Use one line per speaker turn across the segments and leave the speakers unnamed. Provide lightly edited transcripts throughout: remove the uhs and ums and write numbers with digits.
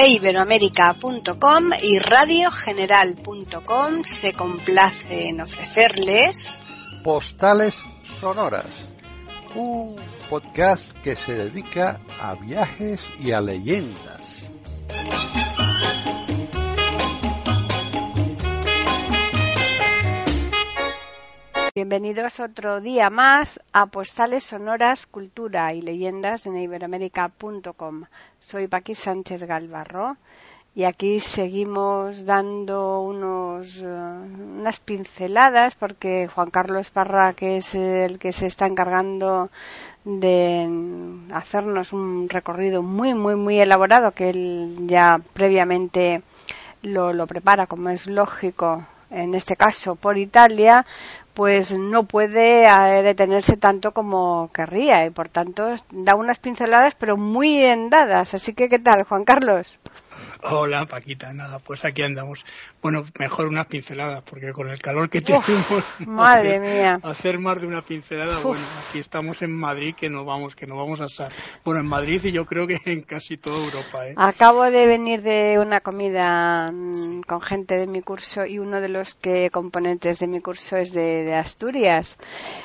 de Iberoamérica.com y radiogeneral.com se complace en ofrecerles
Postales Sonoras, un podcast que se dedica a viajes y a leyendas.
Bienvenidos otro día más a Postales Sonoras, Cultura y Leyendas en Iberoamérica.com. Soy Paqui Sánchez Galvarro y aquí seguimos dando unas pinceladas porque Juan Carlos Parra, que es el que se está encargando de hacernos un recorrido muy elaborado, que él ya previamente lo prepara, como es lógico, en este caso por Italia, pues no puede detenerse tanto como querría y por tanto da unas pinceladas pero muy bien dadas. Así que, ¿qué tal, Juan Carlos?
Hola, Paquita, nada, pues aquí andamos. Bueno, mejor unas pinceladas, porque con el calor que tenemos,
madre mía,
hacer más de una pincelada. Bueno, aquí estamos en Madrid, que nos vamos a asar. Bueno, en Madrid y yo creo que en casi toda Europa, ¿eh?
Acabo de venir de una comida con gente de mi curso y uno de los componentes de mi curso es de Asturias.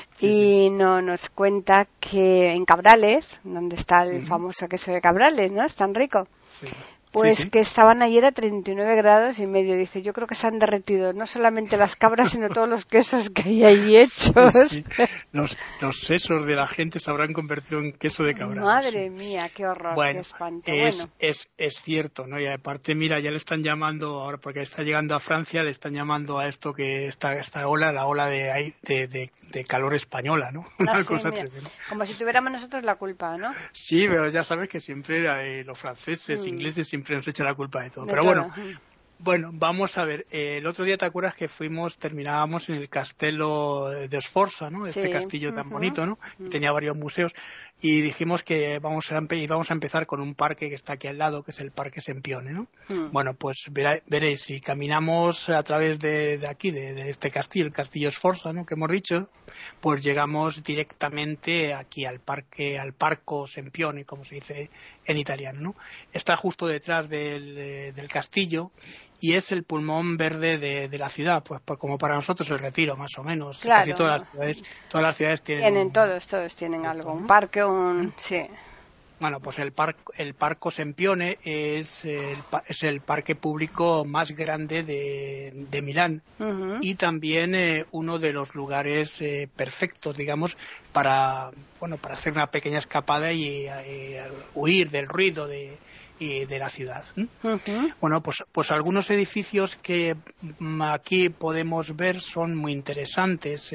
Y nos cuenta que en Cabrales, donde está el famoso queso de Cabrales, ¿no? Es tan rico.
Sí.
Pues que estaban ayer a 39 grados y medio. Dice, yo creo que se han derretido no solamente las cabras, sino todos los quesos que hay ahí hechos.
Sí. Los sesos de la gente se habrán convertido en queso de cabra.
Madre mía, qué horror,
bueno,
qué espanto.
Es cierto, ¿no? Y aparte, mira, ya le están llamando, ahora porque está llegando a Francia, le están llamando a esto que esta ola, la ola de calor española, ¿no? Una cosa tremenda.
Como si tuviéramos nosotros la culpa, ¿no?
Sí, pero ya sabes que siempre los franceses, ingleses, siempre nos echan la culpa de todo. Pero bueno, vamos a ver. El otro día, ¿te acuerdas que terminábamos en el Castelo de Sforza, ¿no? Este castillo tan bonito, ¿no? Que tenía varios museos. Y dijimos que íbamos a empezar con un parque que está aquí al lado, que es el Parque Sempione, ¿no? Bueno, pues veréis, si caminamos a través de aquí, de este castillo, el Castillo Sforza, ¿no? Que hemos dicho, pues llegamos directamente aquí al Parco Sempione, como se dice en italiano, ¿no? Está justo detrás del castillo y es el pulmón verde de la ciudad, pues como para nosotros el Retiro, más o menos.
Claro.
Casi todas las ciudades tienen
todos tienen algo, un parque, sí.
Bueno, pues el Parco Sempione es el parque público más grande de Milán y también uno de los lugares perfectos, digamos, para hacer una pequeña escapada y huir del ruido de la ciudad. Bueno, pues algunos edificios que aquí podemos ver son muy interesantes.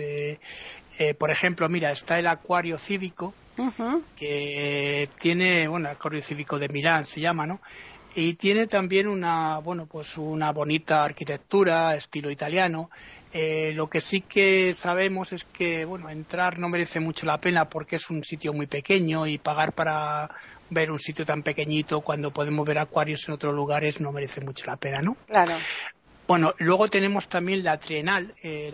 Por ejemplo, mira, está el Acuario Cívico, que tiene, el Acuario Cívico de Milán se llama, ¿no? Y tiene también una bonita arquitectura, estilo italiano. Lo que sí que sabemos es que, entrar no merece mucho la pena porque es un sitio muy pequeño y pagar para ver un sitio tan pequeñito cuando podemos ver acuarios en otros lugares no merece mucho la pena, ¿no?
Claro.
Bueno, luego tenemos también la Triennale,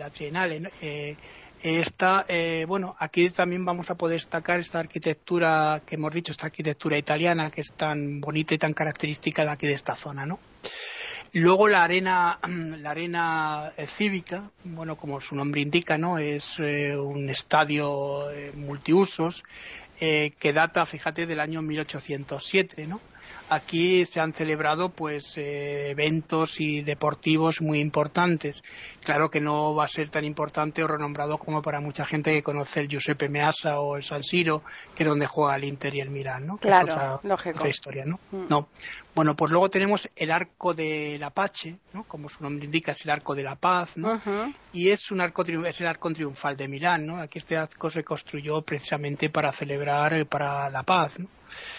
aquí también vamos a poder destacar esta arquitectura que hemos dicho, esta arquitectura italiana que es tan bonita y tan característica de aquí de esta zona, ¿no? Luego la arena cívica, como su nombre indica, ¿no? Es un estadio multiusos que data, fíjate, del año 1807, ¿no? Aquí se han celebrado eventos y deportivos muy importantes. Claro que no va a ser tan importante o renombrado como para mucha gente que conoce el Giuseppe Meazza o el San Siro, que es donde juega el Inter y el Milán, ¿no?
Claro,
que es
lógico.
otra historia, ¿no? No. Bueno, pues luego tenemos el Arco del Apache, ¿no? Como su nombre indica, es el Arco de la Paz, ¿no? Y es el arco triunfal de Milán, ¿no? Aquí este arco se construyó precisamente para celebrar para la paz, ¿no?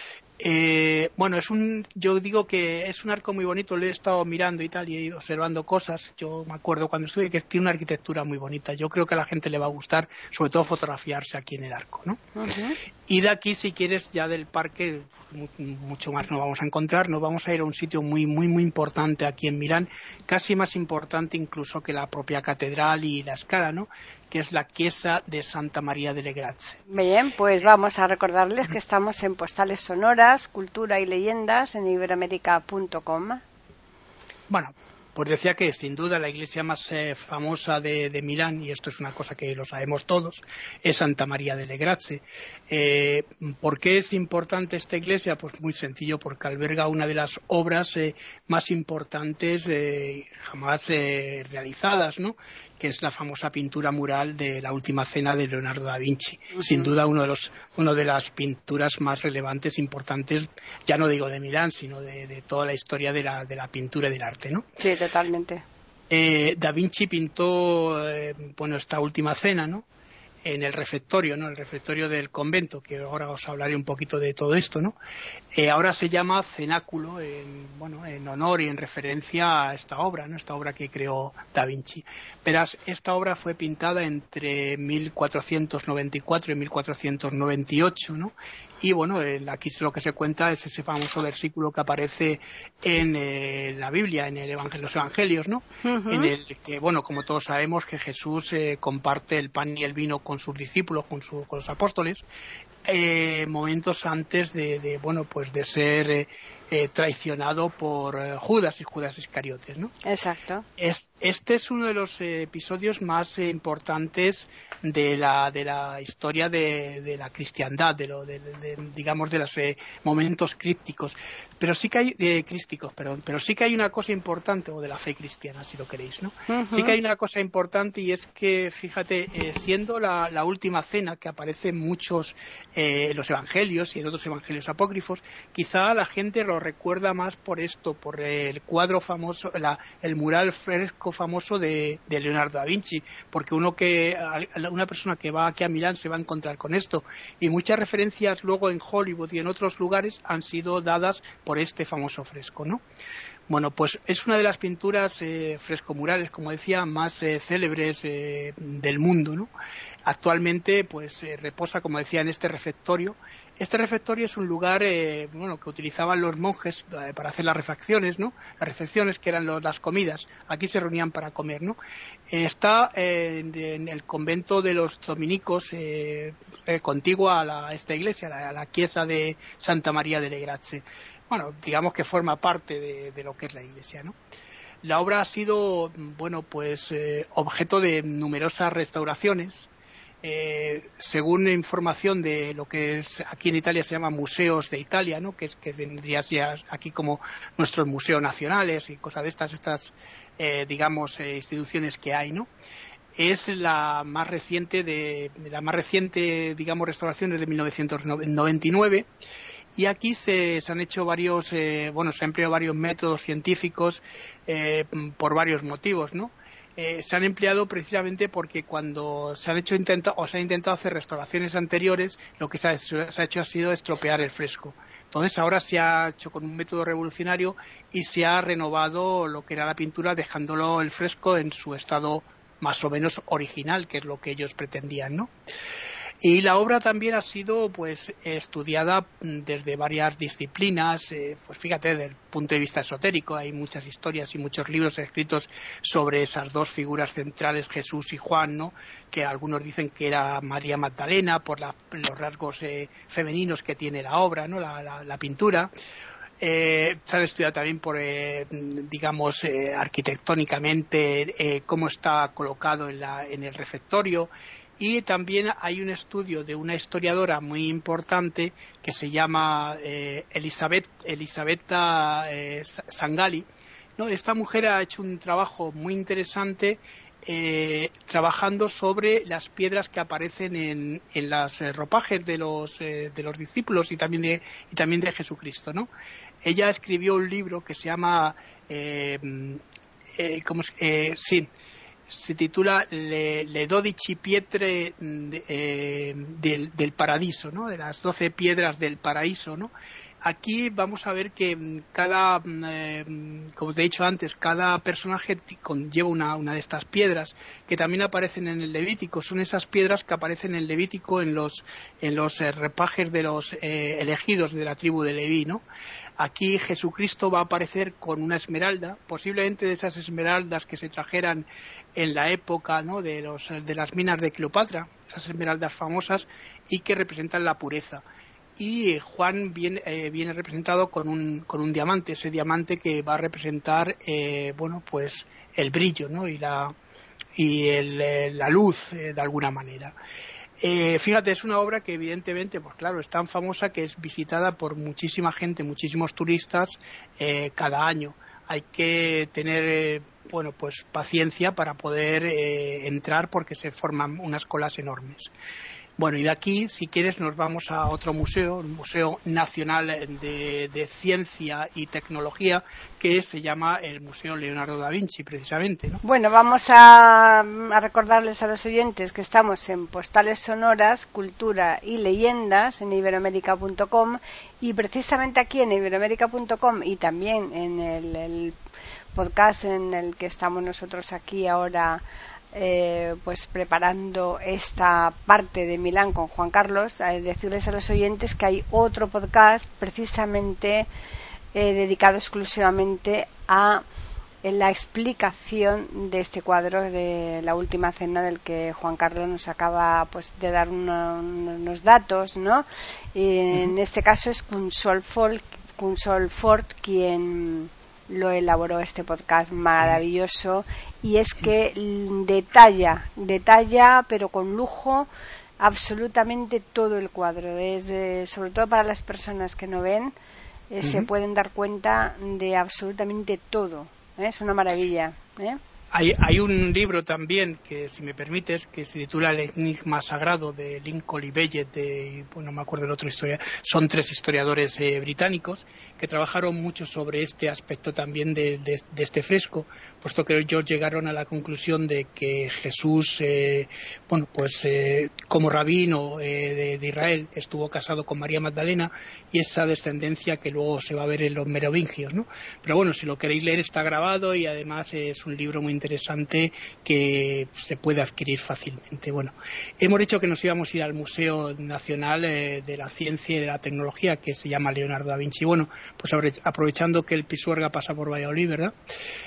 Yo digo que es un arco muy bonito, lo he estado mirando y tal y observando cosas. Yo me acuerdo cuando estuve que tiene una arquitectura muy bonita. Yo creo que a la gente le va a gustar, sobre todo fotografiarse aquí en el arco, ¿no? Y de aquí, si quieres, ya del parque, mucho más nos vamos a encontrar. Nos vamos a ir a un sitio muy importante aquí en Milán, casi más importante incluso que la propia catedral y la Scala, ¿no? que es la Chiesa de Santa María delle Grazie.
Bien, pues vamos a recordarles que estamos en Postales Sonoras, Cultura y Leyendas en iberoamerica.com.
Bueno, pues decía que sin duda la iglesia más famosa de Milán, y esto es una cosa que lo sabemos todos, es Santa María delle Grazie. ¿Por qué es importante esta iglesia? Pues muy sencillo, porque alberga una de las obras más importantes jamás realizadas, ¿no? Que es la famosa pintura mural de La Última Cena de Leonardo da Vinci. Sin duda una de las pinturas más relevantes, importantes, ya no digo de Milán, sino de toda la historia de la pintura y del arte, ¿no?
Sí, totalmente.
Da Vinci pintó esta Última Cena, ¿no? En el refectorio, ¿no? El refectorio del convento, que ahora os hablaré un poquito de todo esto, ¿no? Ahora se llama cenáculo en honor y en referencia a esta obra, ¿no? Esta obra que creó Da Vinci. Verás, esta obra fue pintada entre 1494 y 1498, ¿no? Y bueno, aquí lo que se cuenta es ese famoso versículo que aparece en la Biblia, en los Evangelios, ¿no? En el que, bueno, como todos sabemos, que Jesús comparte el pan y el vino con sus discípulos, con los apóstoles, momentos antes de ser traicionado por Judas Iscariotes, ¿no?
Exacto.
Este es uno de los episodios más importantes de la historia de la cristiandad, digamos de los momentos crísticos, pero sí que hay una cosa importante, o de la fe cristiana, si lo queréis, ¿no? Sí que hay una cosa importante, y es que, fíjate, siendo la última cena que aparece en muchos en los evangelios y en otros evangelios apócrifos, quizá la gente lo recuerda más por esto, por el cuadro famoso, el mural fresco famoso de Leonardo da Vinci, porque una persona que va aquí a Milán se va a encontrar con esto, y muchas referencias luego en Hollywood y en otros lugares han sido dadas por este famoso fresco, ¿no? Bueno, pues es una de las pinturas frescomurales, como decía, más célebres del mundo, ¿no? Actualmente, pues reposa, como decía, en este refectorio. Este refectorio es un lugar, que utilizaban los monjes para hacer las refacciones, ¿no? Las refacciones, que eran las comidas. Aquí se reunían para comer, ¿no? Está en el convento de los dominicos, contigua a esta iglesia, a la Chiesa de Santa María delle Grazie. Bueno, digamos que forma parte de lo que es la iglesia, ¿no? La obra ha sido, objeto de numerosas restauraciones. Según información de lo que es aquí en Italia se llama Museos de Italia, ¿no? que vendría aquí como nuestros museos nacionales y cosas de estas instituciones que hay, ¿no? Es la más reciente digamos, restauraciones de 1999. Y aquí se han hecho se han empleado varios métodos científicos por varios motivos, ¿no? Se han empleado precisamente porque cuando se han intentado hacer restauraciones anteriores, lo que se ha hecho ha sido estropear el fresco. Entonces ahora se ha hecho con un método revolucionario y se ha renovado lo que era la pintura, dejándolo el fresco en su estado más o menos original, que es lo que ellos pretendían, ¿no? Y la obra también ha sido estudiada desde varias disciplinas, fíjate, desde el punto de vista esotérico. Hay muchas historias y muchos libros escritos sobre esas dos figuras centrales, Jesús y Juan, ¿no? Que algunos dicen que era María Magdalena por los rasgos femeninos que tiene la obra, ¿no? La pintura. Se han estudiado también arquitectónicamente cómo está colocado en el refectorio. Y también hay un estudio de una historiadora muy importante que se llama Elisabetta Sangalli, ¿no? Esta mujer ha hecho un trabajo muy interesante trabajando sobre las piedras que aparecen en los ropajes de los discípulos y también de Jesucristo, ¿no? Ella escribió un libro que se llama se titula Le 12 pietre del paradiso, ¿no? De las 12 piedras del paraíso, ¿no? Aquí vamos a ver que como te he dicho antes, cada personaje lleva una de estas piedras que también aparecen en el Levítico. Son esas piedras que aparecen en el Levítico en los repajes de los elegidos de la tribu de Leví, ¿no? Aquí Jesucristo va a aparecer con una esmeralda, posiblemente de esas esmeraldas que se trajeran en la época, ¿no?, de las minas de Cleopatra, esas esmeraldas famosas y que representan la pureza. Y Juan viene representado con un diamante, ese diamante que va a representar pues el brillo, ¿no?, y la luz, de alguna manera. Fíjate, es una obra que evidentemente, pues claro, es tan famosa que es visitada por muchísima gente, muchísimos turistas cada año. Hay que tener pues paciencia para poder entrar, porque se forman unas colas enormes. Bueno, y de aquí, si quieres, nos vamos a otro museo, un Museo Nacional de Ciencia y Tecnología, que se llama el Museo Leonardo da Vinci, precisamente, ¿no?
Bueno, vamos a recordarles a los oyentes que estamos en Postales Sonoras, Cultura y Leyendas en iberoamerica.com, y precisamente aquí en iberoamerica.com y también en el podcast en el que estamos nosotros aquí ahora, pues preparando esta parte de Milán con Juan Carlos, decirles a los oyentes que hay otro podcast precisamente dedicado exclusivamente a la explicación de este cuadro de La Última Cena, del que Juan Carlos nos acaba pues de dar unos datos, ¿no? En este caso es Cunsolfort quien lo elaboró, este podcast maravilloso, y es que detalla pero con lujo absolutamente todo el cuadro, sobre todo para las personas que no ven, se pueden dar cuenta de absolutamente todo. Es una maravilla, ¿eh?
Hay un libro también que, si me permites, que se titula El enigma sagrado, de Lincoln y Bellet, no me acuerdo el otro historia. Son 3 historiadores británicos que trabajaron mucho sobre este aspecto también de este fresco, puesto que ellos llegaron a la conclusión de que Jesús, como rabino de Israel, estuvo casado con María Magdalena, y esa descendencia que luego se va a ver en los merovingios, ¿no? Pero bueno, si lo queréis leer, está grabado, y además es un libro muy interesante que se puede adquirir fácilmente. Bueno, hemos dicho que nos íbamos a ir al Museo Nacional de la Ciencia y de la Tecnología, que se llama Leonardo da Vinci. Bueno, pues aprovechando que el Pisuerga pasa por Valladolid, ¿verdad?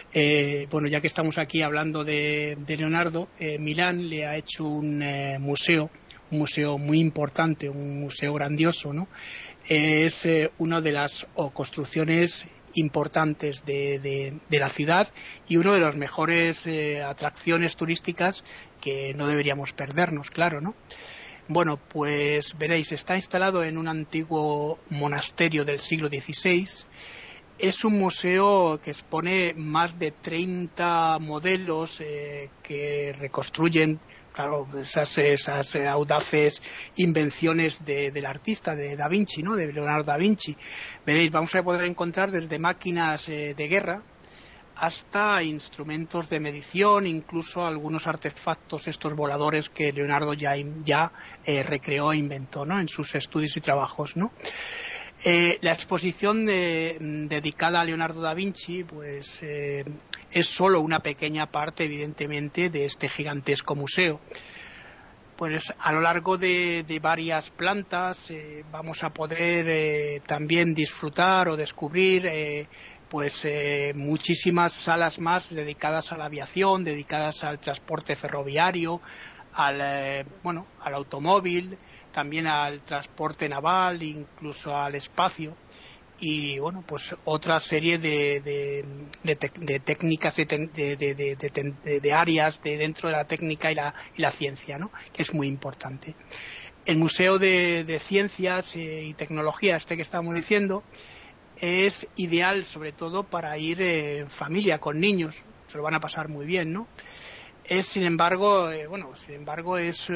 Ya que estamos aquí hablando de Leonardo, Milán le ha hecho un museo muy importante, un museo grandioso, ¿no? Es una de las construcciones importantes de la ciudad, y uno de las mejores atracciones turísticas que no deberíamos perdernos, claro, ¿no? Bueno, pues veréis, está instalado en un antiguo monasterio del siglo XVI. Es un museo que expone más de 30 modelos que reconstruyen, claro, esas audaces invenciones del artista, de Da Vinci, ¿no?, de Leonardo da Vinci. Veréis, vamos a poder encontrar desde máquinas de guerra hasta instrumentos de medición, incluso algunos artefactos, estos voladores que Leonardo ya recreó e inventó, ¿no?, en sus estudios y trabajos, ¿no? La exposición dedicada a Leonardo da Vinci, pues es solo una pequeña parte, evidentemente, de este gigantesco museo. Pues a lo largo de varias plantas vamos a poder también disfrutar o descubrir muchísimas salas más dedicadas a la aviación, dedicadas al transporte ferroviario, al automóvil, también al transporte naval, incluso al espacio, y pues otra serie de técnicas, de áreas dentro de la técnica y la ciencia, ¿no?, que es muy importante. El Museo de Ciencias y Tecnología, que estamos diciendo, es ideal sobre todo para ir en familia, con niños, se lo van a pasar muy bien, ¿no? Sin embargo, es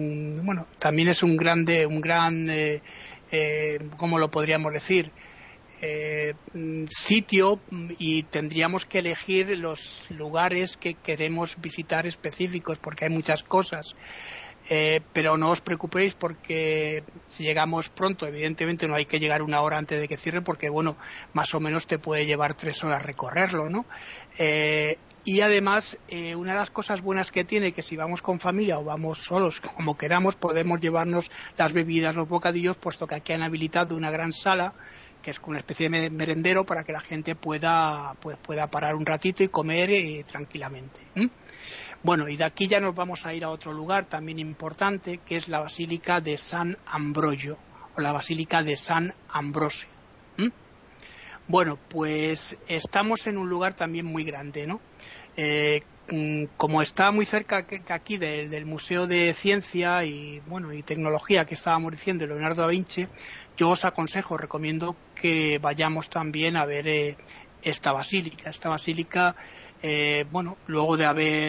también es un gran, ¿cómo lo podríamos decir? sitio y tendríamos que elegir los lugares que queremos visitar específicos, porque hay muchas cosas. Pero no os preocupéis, porque si llegamos pronto, evidentemente no hay que llegar una hora antes de que cierre, porque bueno, más o menos te puede llevar 3 horas recorrerlo, ¿no? Y además, una de las cosas buenas que tiene, que si vamos con familia o vamos solos, como queramos, podemos llevarnos las bebidas, los bocadillos, puesto que aquí han habilitado una gran sala, que es una especie de merendero, para que la gente pueda parar un ratito y comer tranquilamente. Bueno, y de aquí ya nos vamos a ir a otro lugar también importante, que es la Basílica de San Ambrogio, o la Basílica de San Ambrosio. Bueno, pues estamos en un lugar también muy grande, ¿no? Como está muy cerca aquí del Museo de Ciencia y Tecnología que estábamos diciendo, Leonardo da Vinci, yo os recomiendo que vayamos también a ver esta basílica. Esta basílica, luego de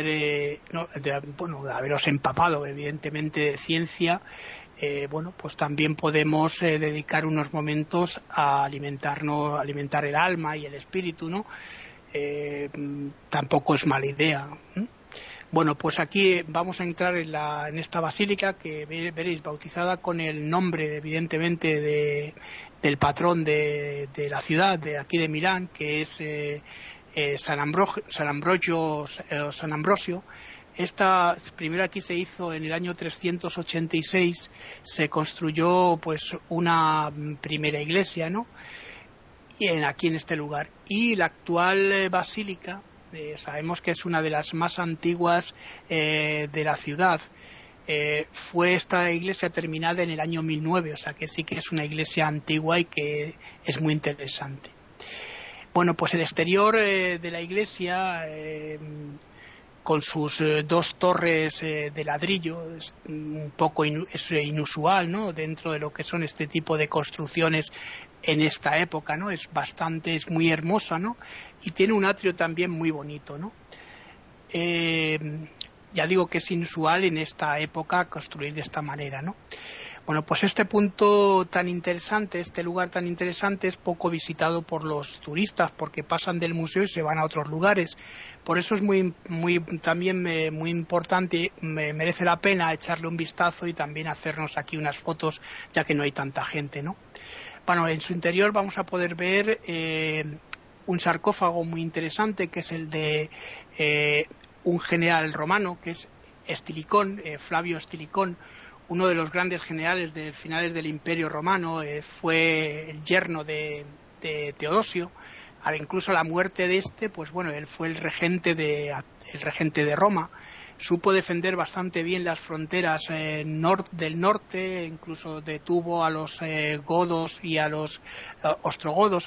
haberos empapado evidentemente de ciencia, pues también podemos dedicar unos momentos a alimentar el alma y el espíritu, ¿no? Tampoco es mala idea. Bueno, pues aquí vamos a entrar en esta basílica, que veréis bautizada con el nombre, evidentemente, del patrón de la ciudad, de aquí de Milán, que es San Ambrosio. Esta primero aquí se hizo en el año 386, se construyó pues una primera iglesia, ¿no? Aquí en este lugar. Y la actual basílica, sabemos que es una de las más antiguas de la ciudad. Fue esta iglesia terminada en el año 1009, o sea que sí que es una iglesia antigua y que es muy interesante. Bueno, pues el exterior de la iglesia, con sus 2 torres de ladrillo, es un poco inusual, ¿no?, dentro de lo que son este tipo de construcciones en esta época, ¿no? Es muy hermosa, ¿no? Y tiene un atrio también muy bonito, ¿no? Ya digo que es inusual en esta época construir de esta manera, ¿no? Bueno, pues este punto tan interesante, este lugar tan interesante, es poco visitado por los turistas, porque pasan del museo y se van a otros lugares. Por eso es también muy importante, merece la pena echarle un vistazo y también hacernos aquí unas fotos, ya que no hay tanta gente, ¿no? Bueno, en su interior vamos a poder ver un sarcófago muy interesante, que es el de un general romano, que es Estilicón, Flavio Estilicón, uno de los grandes generales de finales del Imperio Romano. Fue el yerno de Teodosio. Incluso a la muerte de pues bueno, él fue el regente de Roma. Supo defender bastante bien las fronteras del norte, incluso detuvo a los godos y a los ostrogodos.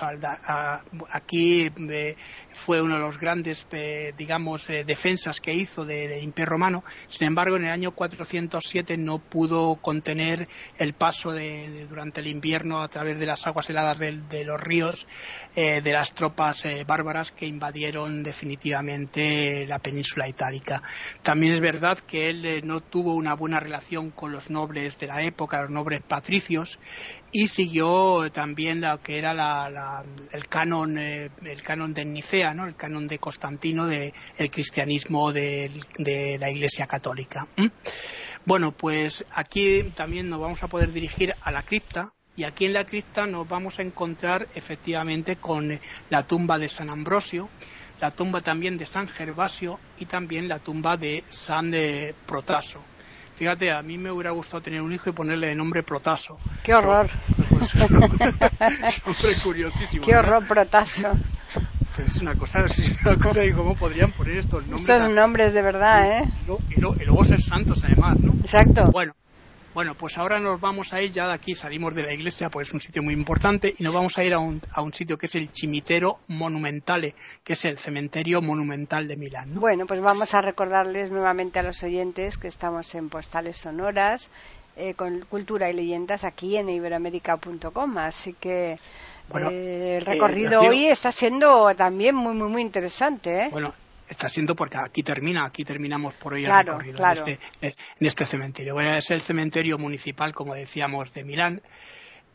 Aquí fue uno de los grandes, defensas que hizo del Imperio Romano. Sin embargo, en el año 407 no pudo contener el paso durante el invierno a través de las aguas heladas de los ríos de las tropas bárbaras que invadieron definitivamente la península itálica. También es verdad que él no tuvo una buena relación con los nobles de la época, los nobles patricios, y siguió también lo que era el canon de Nicea, ¿no?, el canon de Constantino del cristianismo de la Iglesia Católica. Bueno, pues aquí también nos vamos a poder dirigir a la cripta. Y aquí en la cripta nos vamos a encontrar efectivamente con la tumba de San Ambrosio, la tumba también de San Gervasio y también la tumba de San Protaso. Fíjate, a mí me hubiera gustado tener un hijo y ponerle de nombre Protaso.
¡Qué horror!
Es un nombre curiosísimo.
¡Qué horror, Protaso!
Es una cosa, y cómo podrían poner estos nombres.
Estos nombres de verdad, ¿eh?
Y luego ser santos además, ¿no?
Exacto.
Bueno, pues ahora nos vamos a ir, ya de aquí salimos de la iglesia, pues es un sitio muy importante, y nos vamos a ir a un sitio que es el Cimitero Monumentale, que es el cementerio monumental de Milán, ¿no?
Bueno, pues vamos a recordarles nuevamente a los oyentes que estamos en Postales Sonoras, con cultura y leyendas aquí en iberoamerica.com, así que el recorrido hoy está siendo también muy, muy, muy interesante, ¿eh?
Bueno, está siendo porque aquí terminamos por hoy el recorrido. En este cementerio. Bueno, es el cementerio municipal, como decíamos, de Milán.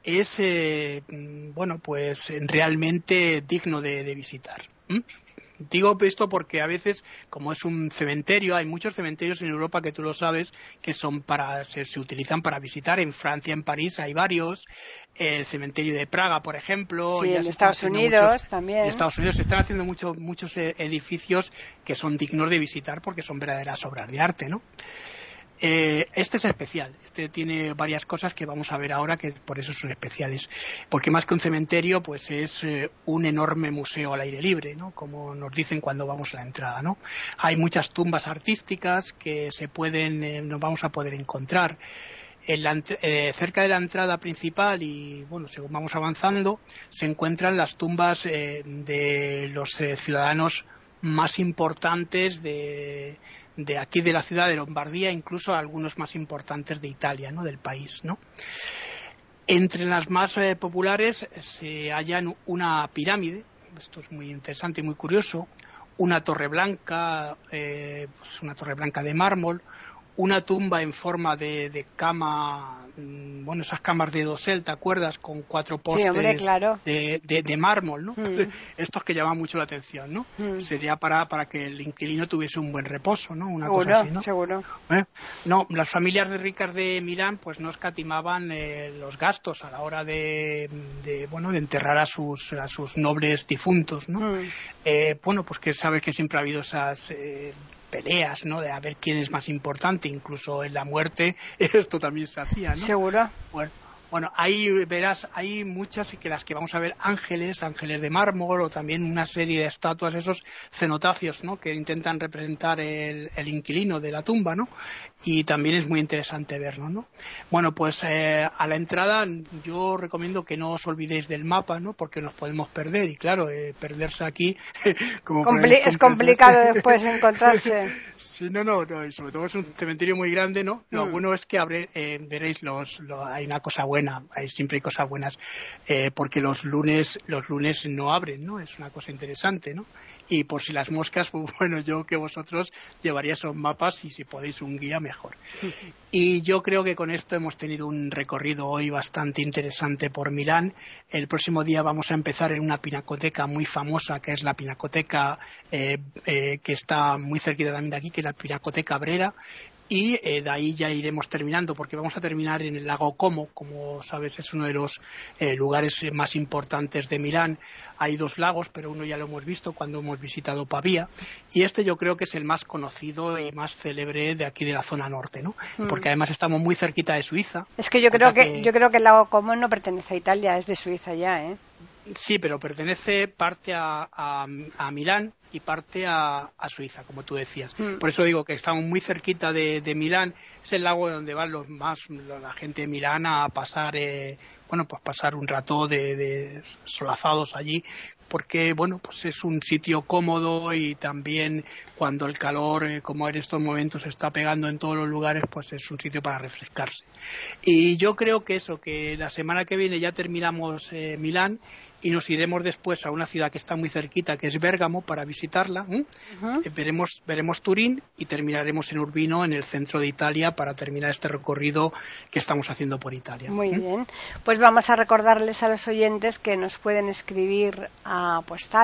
es bueno, pues realmente digno de visitar. Digo esto porque a veces, como es un cementerio, hay muchos cementerios en Europa que tú lo sabes, que son se utilizan para visitar. En Francia, en París hay varios. El cementerio de Praga, por ejemplo.
Sí,
ya
en
se están
Estados
haciendo
Unidos también.
En Estados Unidos se están haciendo muchos edificios que son dignos de visitar porque son verdaderas obras de arte, ¿no? Este es especial, este tiene varias cosas que vamos a ver ahora que por eso son especiales, porque más que un cementerio pues es un enorme museo al aire libre, ¿no? Como nos dicen cuando vamos a la entrada, ¿no? Hay muchas tumbas artísticas que nos vamos a poder encontrar cerca de la entrada principal y bueno, según vamos avanzando se encuentran las tumbas de los ciudadanos más importantes de aquí de la ciudad de Lombardía, incluso algunos más importantes de Italia, ¿no? Del país, ¿no? Entre las más populares se hallan una pirámide, esto es muy interesante y muy curioso, una torre blanca, pues una torre blanca de mármol, una tumba en forma de cama, bueno, esas camas de dosel, ¿te acuerdas? Con 4 postes
sí, hombre, claro.
de mármol, ¿no? Estos que llaman mucho la atención, ¿no? Sería para que el inquilino tuviese un buen reposo, ¿no? Una cosa así, ¿no?
Seguro.
No, las familias ricas de Milán pues no escatimaban los gastos a la hora de enterrar a sus nobles difuntos, ¿no? Bueno, pues que sabes que siempre ha habido esas peleas, ¿no? De a ver quién es más importante, incluso en la muerte esto también se hacía, ¿no?
Seguro.
Bueno, ahí verás, hay muchas que las que vamos a ver ángeles de mármol o también una serie de estatuas, esos cenotafios, ¿no? Que intentan representar el inquilino de la tumba, ¿no? Y también es muy interesante verlo, ¿no? Bueno, pues a la entrada yo recomiendo que no os olvidéis del mapa, ¿no? Porque nos podemos perder y claro, perderse aquí
es complicado después encontrarse.
Sí, no, y sobre todo es un cementerio muy grande, ¿no? Lo bueno es que veréis hay una cosa buena, siempre hay cosas buenas, porque los lunes no abren, ¿no? Es una cosa interesante, ¿no? Y por si las moscas, pues bueno, yo que vosotros llevaría esos mapas y si podéis un guía mejor. Y yo creo que con esto hemos tenido un recorrido hoy bastante interesante por Milán. El próximo día vamos a empezar en una pinacoteca muy famosa, que es la pinacoteca que está muy cerquita también de aquí, que es la Pinacoteca Brera. Y de ahí ya iremos terminando porque vamos a terminar en el lago Como sabes es uno de los lugares más importantes de Milán. Hay 2 lagos, pero uno ya lo hemos visto cuando hemos visitado Pavía y este yo creo que es el más conocido y más célebre de aquí de la zona norte, ¿no? Porque además estamos muy cerquita de Suiza.
Es que yo creo que el lago Como no pertenece a Italia, es de Suiza ya, ¿eh?
Sí, pero pertenece parte a Milán y parte a Suiza, como tú decías. Por eso digo que estamos muy cerquita de Milán. Es el lago donde van la gente de Milán a pasar, pasar un rato de solazados allí, porque bueno, pues es un sitio cómodo y también cuando el calor, como en estos momentos está pegando en todos los lugares, pues es un sitio para refrescarse. Y yo creo que la semana que viene ya terminamos Milán y nos iremos después a una ciudad que está muy cerquita, que es Bérgamo, para visitarla. Veremos Turín y terminaremos en Urbino, en el centro de Italia, para terminar este recorrido que estamos haciendo por Italia.
Muy bien. Pues vamos a recordarles a los oyentes que nos pueden escribir a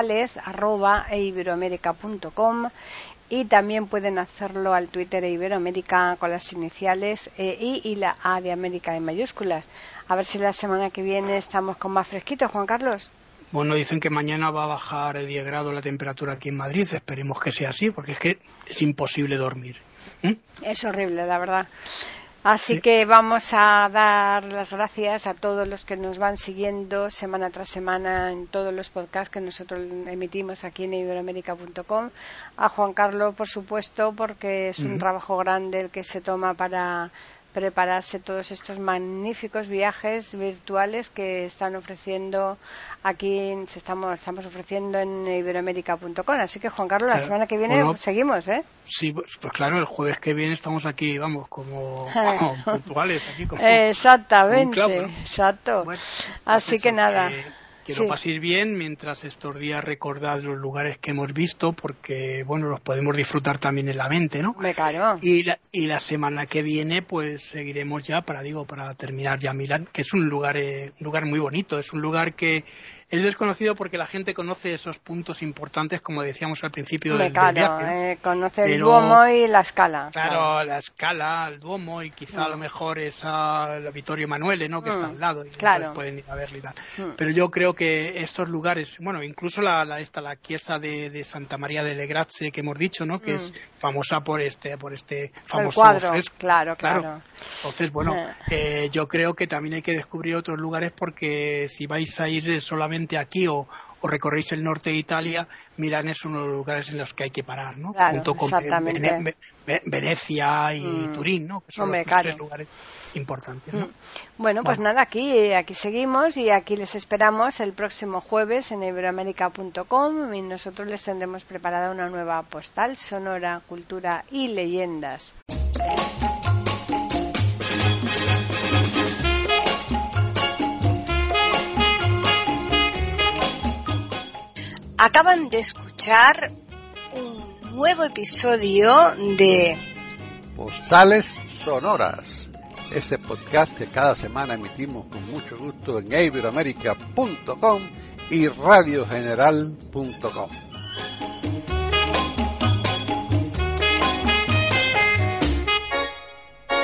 postales@iberoamerica.com y también pueden hacerlo al Twitter Iberoamérica con las iniciales I y la A de América en mayúsculas. A ver si la semana que viene estamos con más fresquito, Juan Carlos.
Bueno, dicen que mañana va a bajar 10 grados la temperatura aquí en Madrid. Esperemos que sea así, porque es que es imposible dormir.
Es horrible, la verdad. Así que vamos a dar las gracias a todos los que nos van siguiendo semana tras semana en todos los podcasts que nosotros emitimos aquí en iberoamerica.com. A Juan Carlos, por supuesto, porque es un trabajo grande el que se toma para prepararse todos estos magníficos viajes virtuales que están ofreciendo aquí, estamos ofreciendo en iberoamerica.com. Así que, Juan Carlos, la semana que viene seguimos, ¿eh?
Sí, pues claro, el jueves que viene estamos aquí, vamos, como puntuales. Aquí,
Exactamente,
como un clavo, ¿no?
exacto.
Bueno,
así que nada.
Que lo paséis bien, mientras estos días recordad los lugares que hemos visto, porque, bueno, los podemos disfrutar también en la mente, ¿no?
Claro.
Y la semana que viene, pues, seguiremos ya para terminar ya Milán, que es un lugar muy bonito, es un lugar que es desconocido porque la gente conoce esos puntos importantes, como decíamos al principio del viaje.
Conoce el Duomo y la Scala.
Claro, la Scala, el Duomo y quizá a lo mejor la Vittorio Emanuele, ¿no? Que está al lado y entonces pueden ir a verlo y tal. Pero yo creo que estos lugares, bueno, incluso la chiesa de Santa María delle Grazie que hemos dicho, ¿no? Que es famosa por este famoso fresco.
Claro.
Entonces, bueno, yo creo que también hay que descubrir otros lugares, porque si vais a ir solamente aquí o recorréis el norte de Italia, Milán es uno de los lugares en los que hay que parar, ¿no?
Claro,
junto con Venecia y Turín, ¿no? Que son los tres lugares importantes, ¿no?
Bueno, pues nada, aquí seguimos y aquí les esperamos el próximo jueves en iberoamerica.com, y nosotros les tendremos preparada una nueva postal: Sonora, cultura y leyendas. Acaban de escuchar un nuevo episodio de
Postales Sonoras, ese podcast que cada semana emitimos con mucho gusto en iberoamerica.com y radiogeneral.com.